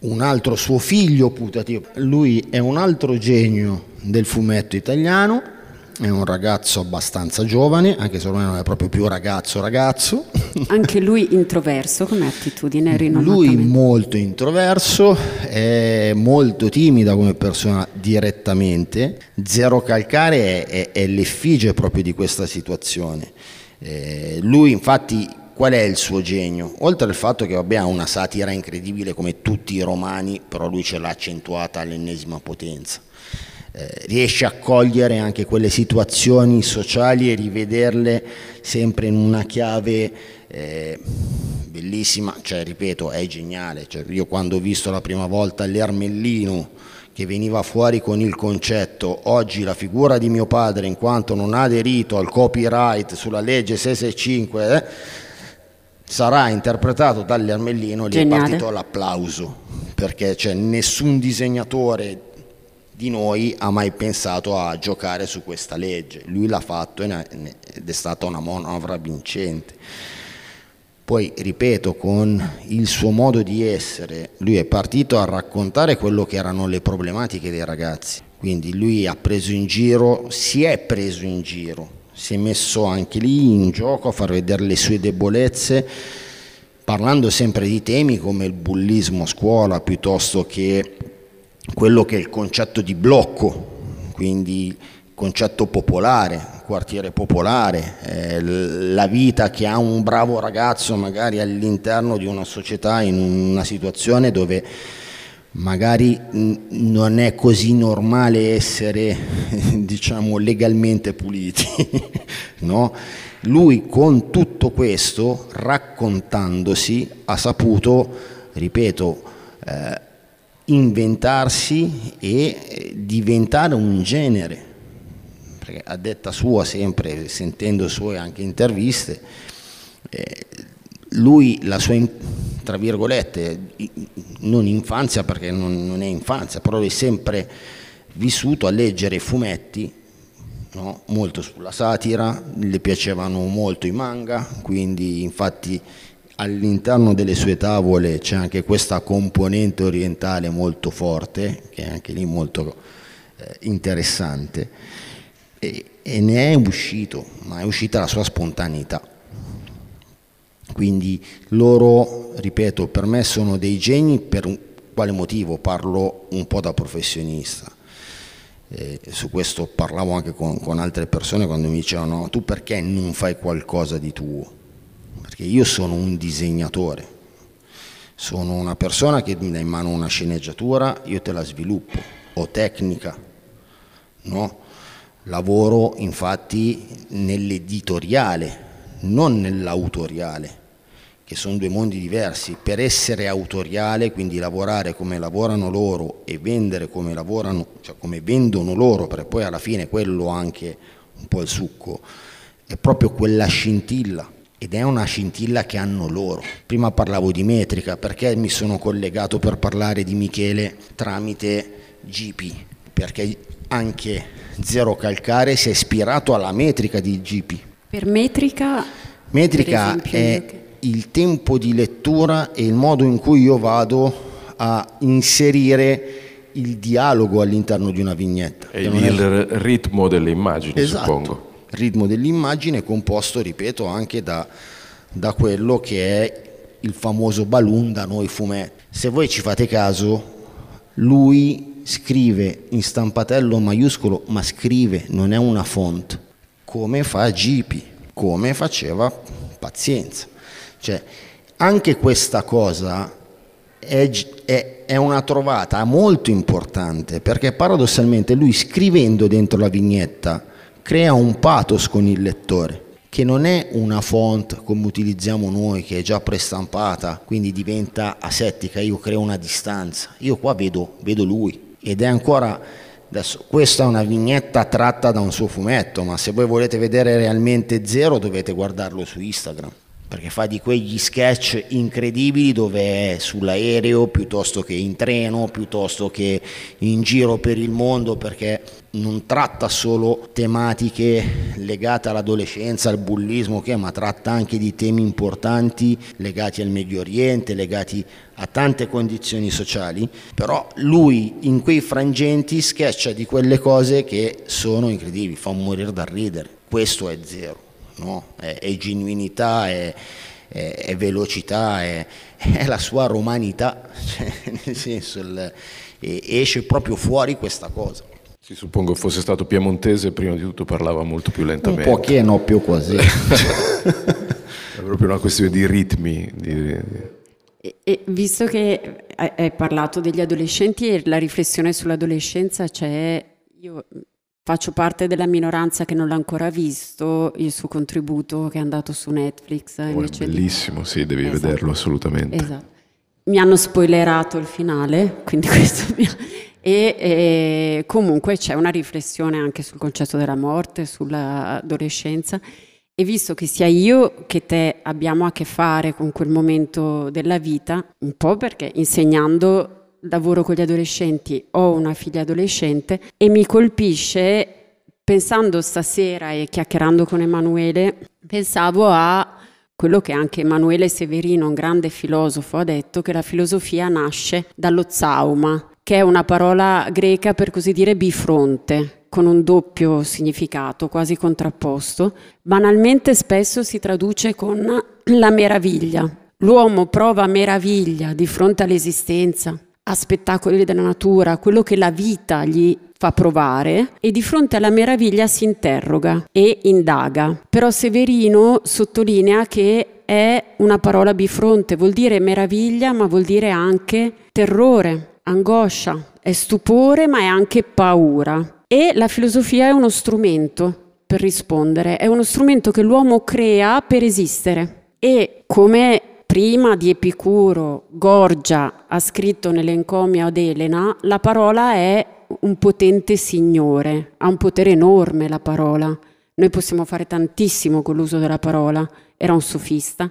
un altro suo figlio putativo. Lui è un altro genio del fumetto italiano, è un ragazzo abbastanza giovane, anche se ormai non è proprio più ragazzo. Anche lui introverso come attitudine, Lui molto introverso, è molto timida come persona direttamente. Zero Calcare è l'effigie proprio di questa situazione. Lui infatti, qual è il suo genio? Oltre al fatto che ha una satira incredibile come tutti i romani, però lui ce l'ha accentuata all'ennesima potenza. Riesce a cogliere anche quelle situazioni sociali e rivederle sempre in una chiave bellissima, cioè ripeto, è geniale. Cioè, io quando ho visto la prima volta l'Ermellino che veniva fuori con il concetto: oggi la figura di mio padre, in quanto non ha aderito al copyright sulla legge 665, sarà interpretato dall'Ermellino, lì è partito l'applauso, perché nessun disegnatore di noi ha mai pensato a giocare su questa legge. Lui l'ha fatto ed è stata una manovra vincente. Poi ripeto, con il suo modo di essere, lui è partito a raccontare quello che erano le problematiche dei ragazzi, quindi lui si è preso in giro, si è messo anche lì in gioco a far vedere le sue debolezze, parlando sempre di temi come il bullismo a scuola, piuttosto che quello che è il concetto di blocco, quindi concetto popolare, quartiere popolare, la vita che ha un bravo ragazzo magari all'interno di una società, in una situazione dove magari non è così normale essere, diciamo, legalmente puliti, no? Lui con tutto questo, raccontandosi, ha saputo, ripeto, inventarsi e diventare un genere, perché a detta sua, sempre sentendo sue anche interviste, lui la sua, tra virgolette, non infanzia, perché non è infanzia, però è sempre vissuto a leggere fumetti, no? Molto sulla satira, le piacevano molto i manga, quindi infatti all'interno delle sue tavole c'è anche questa componente orientale molto forte, che è anche lì molto interessante, e ne è uscito, ma è uscita la sua spontaneità. Quindi loro, ripeto, per me sono dei geni. Per quale motivo? Parlo un po' da professionista. Su questo parlavo anche con altre persone quando mi dicevano: no, tu perché non fai qualcosa di tuo? Perché io sono un disegnatore, sono una persona che mi dà in mano una sceneggiatura, io te la sviluppo, ho tecnica, no? Lavoro infatti nell'editoriale, non nell'autoriale, che sono due mondi diversi. Per essere autoriale, quindi lavorare come lavorano loro e vendere come lavorano, cioè come vendono loro, perché poi alla fine quello anche un po' il succo, è proprio quella scintilla, ed è una scintilla che hanno loro. Prima parlavo di metrica, perché mi sono collegato per parlare di Michele tramite GP, perché anche Zero Calcare si è ispirato alla metrica di GP. Per metrica? Metrica per esempio, è il tempo di lettura e il modo in cui io vado a inserire il dialogo all'interno di una vignetta. E il ritmo delle immagini, esatto, suppongo. Il ritmo dell'immagine è composto, ripeto, anche da quello che è il famoso balloon da noi fumetti. Se voi ci fate caso, lui scrive in stampatello maiuscolo, ma scrive, non è una font, come fa GP, come faceva Pazienza. Cioè, anche questa cosa è una trovata molto importante, perché paradossalmente lui, scrivendo dentro la vignetta, crea un pathos con il lettore, che non è una font come utilizziamo noi, che è già prestampata, quindi diventa asettica. Io creo una distanza, io qua vedo lui, ed è ancora, adesso questa è una vignetta tratta da un suo fumetto, ma se voi volete vedere realmente Zero dovete guardarlo su Instagram. perché fa di quegli sketch incredibili dove è sull'aereo piuttosto che in treno, piuttosto che in giro per il mondo, perché non tratta solo tematiche legate all'adolescenza, al bullismo, ma tratta anche di temi importanti legati al Medio Oriente, legati a tante condizioni sociali, però lui in quei frangenti sketcha di quelle cose che sono incredibili, fa morire dal ridere. Questo è Zero. No? È genuinità, è velocità, è la sua romanità, cioè, nel senso esce proprio fuori questa cosa. Sì, suppongo fosse stato piemontese, prima di tutto parlava molto più lentamente. Un po' che no, più così. È proprio una questione di ritmi. E visto che hai parlato degli adolescenti e la riflessione sull'adolescenza io faccio parte della minoranza che non l'ha ancora visto, il suo contributo che è andato su Netflix. È bellissimo, sì, devi vederlo assolutamente. Esatto. Mi hanno spoilerato il finale, quindi questo e comunque c'è una riflessione anche sul concetto della morte, sull'adolescenza, e visto che sia io che te abbiamo a che fare con quel momento della vita, un po' perché insegnando lavoro con gli adolescenti, ho una figlia adolescente e mi colpisce, pensando stasera e chiacchierando con Emanuele, pensavo a quello che anche Emanuele Severino, un grande filosofo, ha detto, che la filosofia nasce dallo zauma, che è una parola greca per così dire bifronte, con un doppio significato, quasi contrapposto. Banalmente spesso si traduce con la meraviglia. L'uomo prova meraviglia di fronte all'esistenza, a spettacoli della natura, quello che la vita gli fa provare, e di fronte alla meraviglia si interroga e indaga. Però Severino sottolinea che è una parola bifronte, vuol dire meraviglia ma vuol dire anche terrore, angoscia, è stupore ma è anche paura. E la filosofia è uno strumento per rispondere, è uno strumento che l'uomo crea per esistere. E come prima di Epicuro Gorgia ha scritto nell'Encomio ad Elena, la parola è un potente signore, ha un potere enorme la parola. Noi possiamo fare tantissimo con l'uso della parola, era un sofista.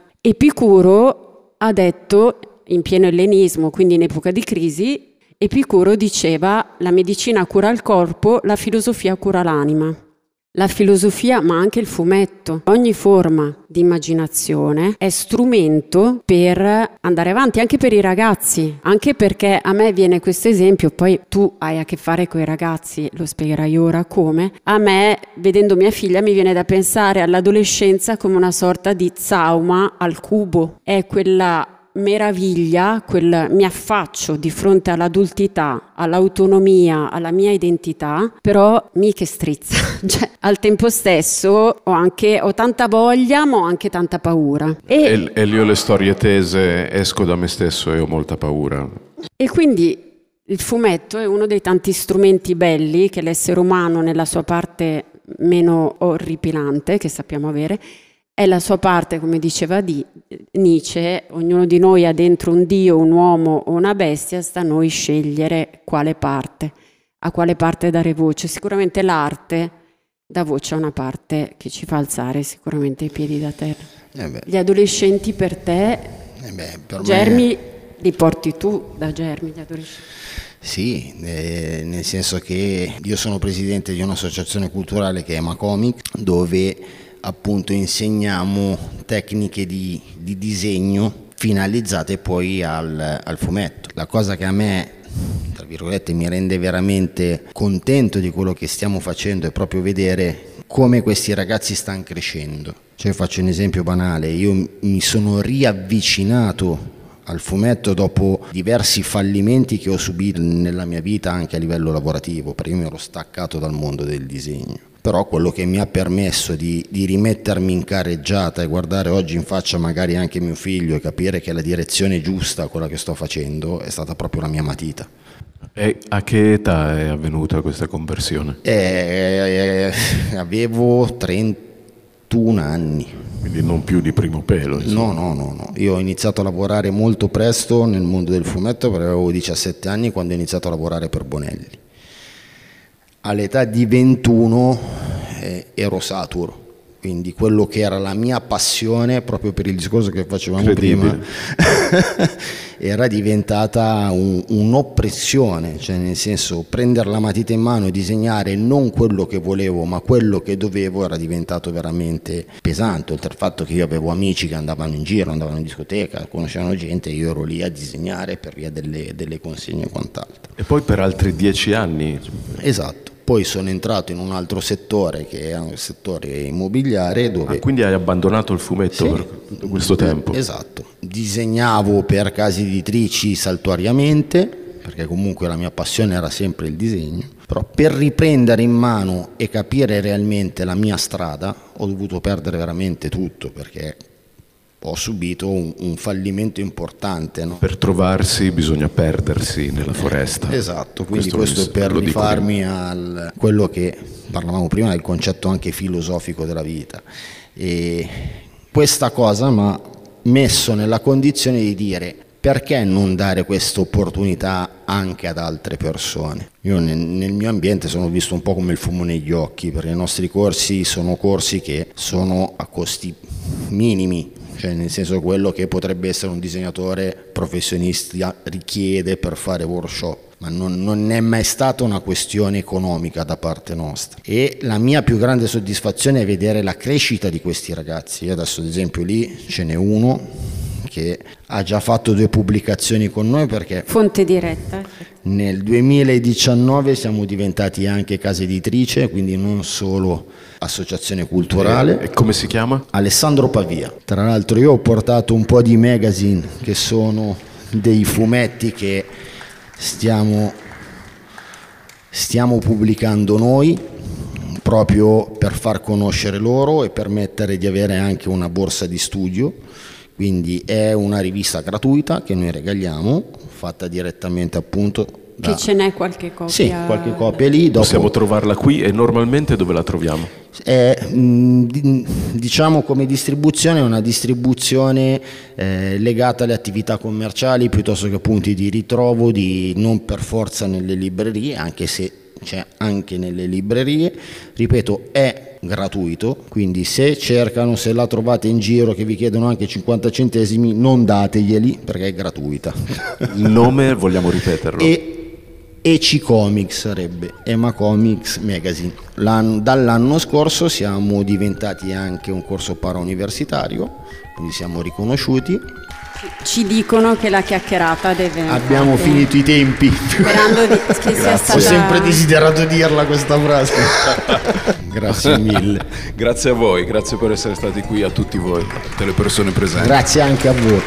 Epicuro ha detto, in pieno ellenismo, quindi in epoca di crisi, Epicuro diceva: la medicina cura il corpo, la filosofia cura l'anima. La filosofia, ma anche il fumetto, ogni forma di immaginazione è strumento per andare avanti, anche per i ragazzi, anche perché a me viene questo esempio, poi tu hai a che fare con i ragazzi, lo spiegherai ora come, a me, vedendo mia figlia, mi viene da pensare all'adolescenza come una sorta di zauma al cubo, è quella meraviglia, mi affaccio di fronte all'adultità, all'autonomia, alla mia identità, però che strizza, cioè al tempo stesso ho tanta voglia ma ho anche tanta paura. E lì ho le storie tese, esco da me stesso e ho molta paura. E quindi il fumetto è uno dei tanti strumenti belli che l'essere umano, nella sua parte meno orripilante che sappiamo avere, è la sua parte, come diceva Nietzsche, ognuno di noi ha dentro un dio, un uomo o una bestia, sta a noi scegliere a quale parte dare voce. Sicuramente l'arte dà voce a una parte che ci fa alzare sicuramente i piedi da terra. Gli adolescenti per te, per Germi, li porti tu da Germi, gli adolescenti? Sì, nel senso che io sono presidente di un'associazione culturale che è Macomic, dove appunto insegniamo tecniche di disegno finalizzate poi al fumetto. La cosa che a me, tra virgolette, mi rende veramente contento di quello che stiamo facendo è proprio vedere come questi ragazzi stanno crescendo. Cioè, faccio un esempio banale, io mi sono riavvicinato al fumetto dopo diversi fallimenti che ho subito nella mia vita anche a livello lavorativo, perché io mi ero staccato dal mondo del disegno. Però quello che mi ha permesso di rimettermi in carreggiata e guardare oggi in faccia magari anche mio figlio e capire che è la direzione giusta quella che sto facendo è stata proprio la mia matita. E a che età è avvenuta questa conversione? Avevo 31 anni. Quindi non più di primo pelo, insomma. No. Io ho iniziato a lavorare molto presto nel mondo del fumetto perché avevo 17 anni quando ho iniziato a lavorare per Bonelli. All'età di 21 ero saturo, Quindi quello che era la mia passione, proprio per il discorso che facevamo prima, era diventata un'oppressione, cioè nel senso prendere la matita in mano e disegnare non quello che volevo ma quello che dovevo era diventato veramente pesante, oltre al fatto che io avevo amici che andavano in giro, andavano in discoteca, conoscevano gente e io ero lì a disegnare per via delle consegne e quant'altro. E poi per altri 10 anni? Esatto. Poi sono entrato in un altro settore che è un settore immobiliare dove... quindi hai abbandonato il fumetto per tutto questo tempo? Esatto, disegnavo per case editrici saltuariamente, perché comunque la mia passione era sempre il disegno, però per riprendere in mano e capire realmente la mia strada ho dovuto perdere veramente tutto, perché ho subito un fallimento importante, no? Per trovarsi bisogna perdersi nella foresta. Esatto, quindi questo per rifarmi a quello che parlavamo prima, del concetto anche filosofico della vita. E questa cosa mi ha messo nella condizione di dire: perché non dare questa opportunità anche ad altre persone? Io nel mio ambiente sono visto un po' come il fumo negli occhi, perché i nostri corsi sono corsi che sono a costi minimi, cioè nel senso quello che potrebbe essere un disegnatore professionista richiede per fare workshop, ma non è mai stata una questione economica da parte nostra. E la mia più grande soddisfazione è vedere la crescita di questi ragazzi. Io adesso ad esempio lì ce n'è uno che ha già fatto 2 pubblicazioni con noi, perché fonte diretta. Nel 2019 siamo diventati anche casa editrice, quindi non solo associazione culturale. E come si chiama? Alessandro Pavia. Tra l'altro io ho portato un po' di magazine che sono dei fumetti che stiamo pubblicando noi, proprio per far conoscere loro e permettere di avere anche una borsa di studio. Quindi è una rivista gratuita che noi regaliamo, fatta direttamente appunto che ce n'è qualche copia? Sì, qualche copia lì. Possiamo trovarla qui, e normalmente dove la troviamo? Diciamo come distribuzione è una distribuzione legata alle attività commerciali piuttosto che punti di ritrovo, non per forza nelle librerie, anche se c'è anche nelle librerie. Ripeto, è gratuito, quindi se la trovate in giro che vi chiedono anche 50 centesimi, non dateglieli perché è gratuita. Il nome vogliamo ripeterlo? EC Comics sarebbe EMA Comics Magazine. Dall'anno scorso siamo diventati anche un corso parauniversitario, quindi siamo riconosciuti. Ci dicono che la chiacchierata deve... Abbiamo finito i tempi. Sperando che sia stata... Ho sempre desiderato dirla questa frase. Grazie mille. Grazie a voi, grazie per essere stati qui, a tutti voi, a tutte le persone presenti. Grazie anche a voi.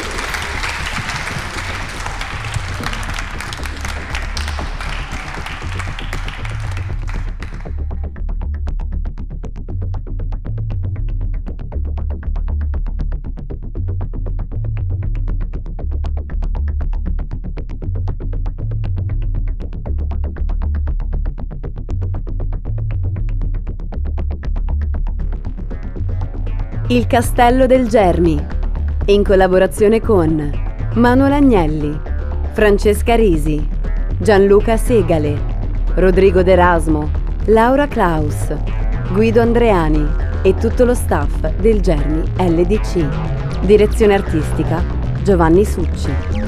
Il Castello del Germi, in collaborazione con Manuel Agnelli, Francesca Risi, Gianluca Segale, Rodrigo D'Erasmo, Laura Klaus, Guido Andreani e tutto lo staff del Germi LDC. Direzione artistica Giovanni Succi.